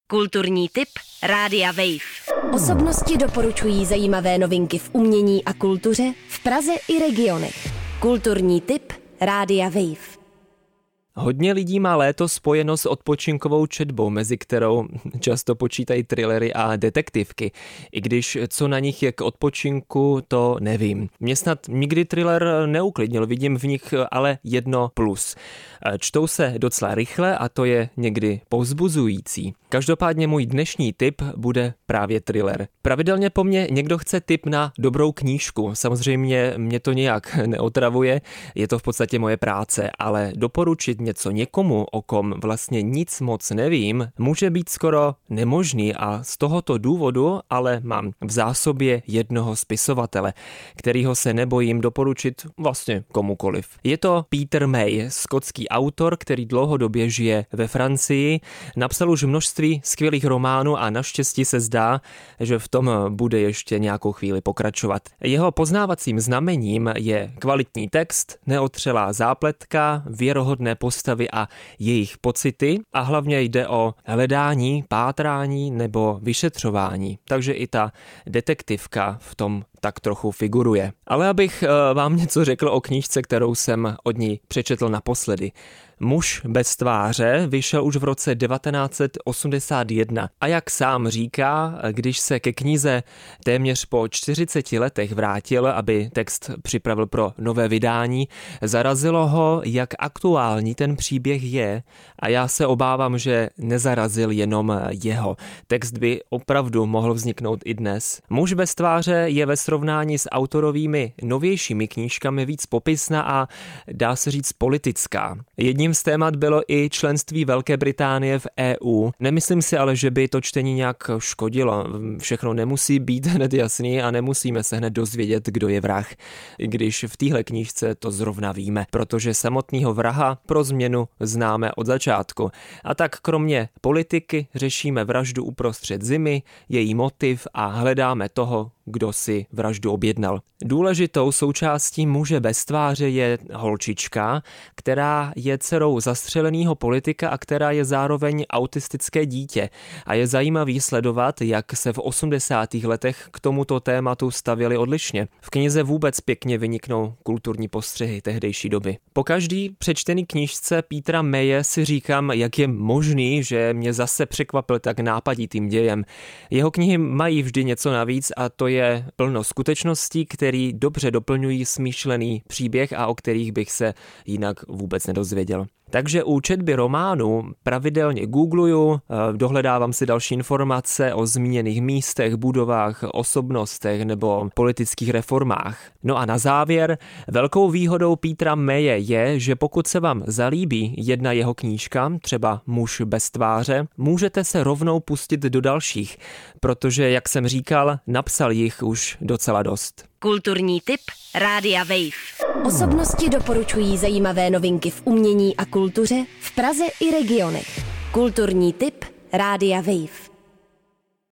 Kulturní tip Rádia Wave. Osobnosti doporučují zajímavé novinky v umění a kultuře v Praze i regionech. Kulturní tip Rádia Wave. Hodně lidí má léto spojeno s odpočinkovou četbou, mezi kterou často počítají thrillery a detektivky. I když co na nich je k odpočinku, to nevím. Mě snad nikdy thriller neuklidnil, vidím v nich ale jedno plus. Čtou se docela rychle a to je někdy povzbuzující. Každopádně můj dnešní tip bude právě thriller. Pravidelně po mně někdo chce tip na dobrou knížku. Samozřejmě mě to nějak neotravuje, je to v podstatě moje práce, ale doporučit něco někomu, o kom vlastně nic moc nevím, může být skoro nemožný a z tohoto důvodu ale mám v zásobě jednoho spisovatele, kterýho se nebojím doporučit vlastně komukoliv. Je to Peter May, skotský autor, který dlouhodobě žije ve Francii, napsal už množství skvělých románů a naštěstí se zdá, že v tom bude ještě nějakou chvíli pokračovat. Jeho poznávacím znamením je kvalitní text, neotřelá zápletka, věrohodné postavy a jejich pocity a hlavně jde o hledání, pátrání nebo vyšetřování. Takže i ta detektivka v tom tak trochu figuruje. Ale abych vám něco řekl o knížce, kterou jsem od ní přečetl naposledy. Muž bez tváře vyšel už v roce 1981 a jak sám říká, když se ke knize téměř po 40 letech vrátil, aby text připravil pro nové vydání, zarazilo ho, jak aktuální ten příběh je a já se obávám, že nezarazil jenom jeho. Text by opravdu mohl vzniknout i dnes. Muž bez tváře je ve srovnání s autorovými novějšími knížkami víc popisná a dá se říct politická. Jedním z témat bylo i členství Velké Británie v EU. Nemyslím si ale, že by to čtení nějak škodilo. Všechno nemusí být hned jasný a nemusíme se hned dozvědět, kdo je vrah. I když v téhle knížce to zrovna víme, protože samotného vraha pro změnu známe od začátku. A tak kromě politiky řešíme vraždu uprostřed zimy, její motiv a hledáme toho, kdo si vraždu objednal. Důležitou součástí muže bez tváře je holčička, která je dcerou zastřeleného politika a která je zároveň autistické dítě. A je zajímavý sledovat, jak se v 80. letech k tomuto tématu stavěli odlišně. V knize vůbec pěkně vyniknou kulturní postřehy tehdejší doby. Po každý přečtený knížce Petera Maye si říkám, jak je možný, že mě zase překvapil tak nápaditým dějem. Jeho knihy mají vždy něco navíc a to je plno skutečností, který dobře doplňují smýšlený příběh a o kterých bych se jinak vůbec nedozvěděl. Takže u četby románů pravidelně googluju, dohledávám si další informace o zmíněných místech, budovách, osobnostech nebo politických reformách. No a na závěr, velkou výhodou Petera Maye je, že pokud se vám zalíbí jedna jeho knížka, třeba Muž bez tváře, můžete se rovnou pustit do dalších, protože, jak jsem říkal, napsal jich už docela dost. Kulturní tip Rádia Wave. Osobnosti doporučují zajímavé novinky v umění a kultuře v Praze i regionech. Kulturní tip Rádia Wave.